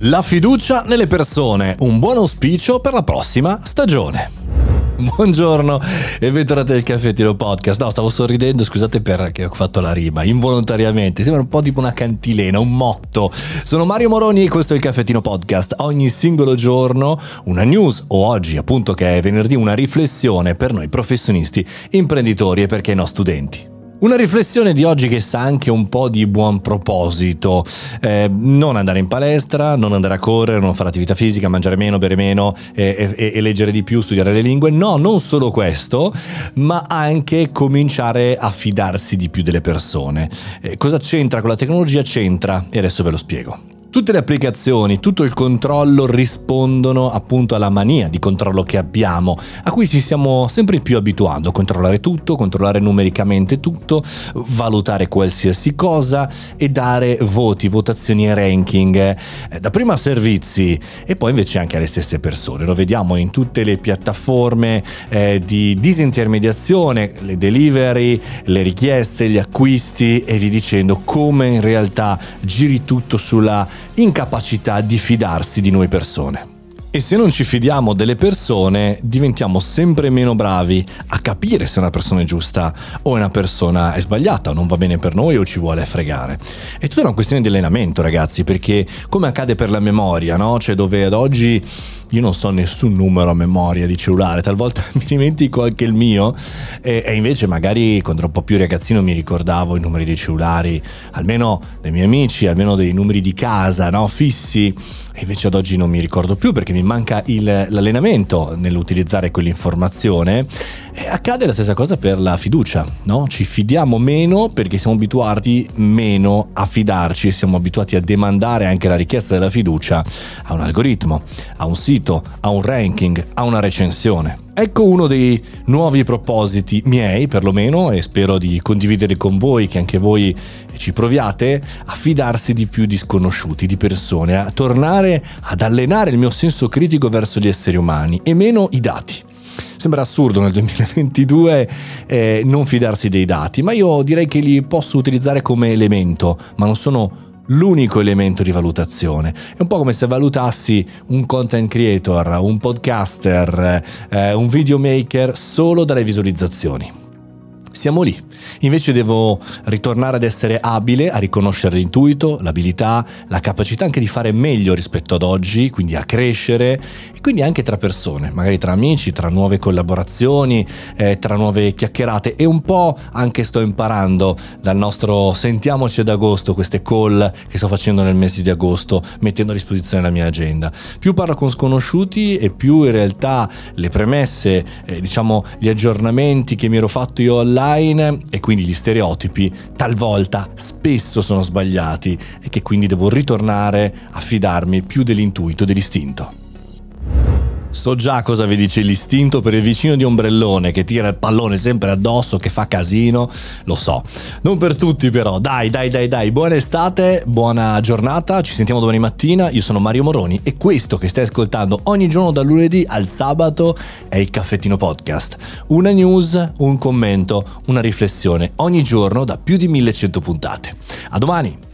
La fiducia nelle persone, un buon auspicio per la prossima stagione. Buongiorno e bentornati al Caffettino Podcast. No, stavo sorridendo, scusate perché ho fatto la rima involontariamente, sembra un po' tipo una cantilena, un motto. Sono Mario Moroni e questo è il Caffettino Podcast. Ogni singolo giorno una news, o oggi appunto che è venerdì una riflessione per noi professionisti, imprenditori e perché no studenti. Una riflessione di oggi che sa anche un po' di buon proposito, non andare in palestra, non andare a correre, non fare attività fisica, mangiare meno, bere meno e leggere di più, studiare le lingue. No, non solo questo, ma anche cominciare a fidarsi di più delle persone. Cosa c'entra con la tecnologia? C'entra, e adesso ve lo spiego. Tutte le applicazioni, tutto il controllo rispondono appunto alla mania di controllo che abbiamo, a cui ci stiamo sempre più abituando, controllare tutto, controllare numericamente tutto, valutare qualsiasi cosa e dare voti, votazioni e ranking, dapprima a servizi e poi invece anche alle stesse persone. Lo vediamo in tutte le piattaforme di disintermediazione, le delivery, le richieste, gli acquisti e via dicendo, come in realtà giri tutto sulla incapacità di fidarsi di noi persone. E se non ci fidiamo delle persone, diventiamo sempre meno bravi a capire se una persona è giusta o una persona è sbagliata, o non va bene per noi o ci vuole fregare. È tutta una questione di allenamento, ragazzi, perché come accade per la memoria, no? Cioè dove ad oggi io non so nessun numero a memoria di cellulare, talvolta mi dimentico anche il mio e invece magari quando ero un po' più ragazzino mi ricordavo i numeri dei cellulari, almeno dei miei amici, almeno dei numeri di casa, no? Fissi. E invece ad oggi non mi ricordo più perché mi manca l'allenamento nell'utilizzare quell'informazione. E accade la stessa cosa per la fiducia, no? Ci fidiamo meno perché siamo abituati meno a fidarci, siamo abituati a demandare anche la richiesta della fiducia a un algoritmo, a un sito, a un ranking, a una recensione. Ecco uno dei nuovi propositi miei, perlomeno, e spero di condividere con voi, che anche voi ci proviate a fidarsi di più di sconosciuti, di persone, a tornare ad allenare il mio senso critico verso gli esseri umani e meno i dati. Sembra assurdo nel 2022 non fidarsi dei dati, ma io direi che li posso utilizzare come elemento, ma non sono l'unico elemento di valutazione. È un po' come se valutassi un content creator, un podcaster, un videomaker solo dalle visualizzazioni. Siamo lì. Invece devo ritornare ad essere abile a riconoscere l'intuito, l'abilità, la capacità anche di fare meglio rispetto ad oggi, quindi a crescere e quindi anche tra persone, magari tra amici, tra nuove collaborazioni, tra nuove chiacchierate e un po' anche sto imparando dal nostro sentiamoci ad agosto, queste call che sto facendo nel mese di agosto, mettendo a disposizione la mia agenda. Più parlo con sconosciuti e più in realtà le premesse, gli aggiornamenti che mi ero fatto io online e quindi gli stereotipi talvolta spesso sono sbagliati e che quindi devo ritornare a fidarmi più dell'intuito, dell'istinto. So già cosa vi dice l'istinto per il vicino di ombrellone che tira il pallone sempre addosso, che fa casino, lo so. Non per tutti però, dai, buona estate, buona giornata, ci sentiamo domani mattina, io sono Mario Moroni e questo che stai ascoltando ogni giorno dal lunedì al sabato è il Caffettino Podcast. Una news, un commento, una riflessione, ogni giorno da più di 1100 puntate. A domani!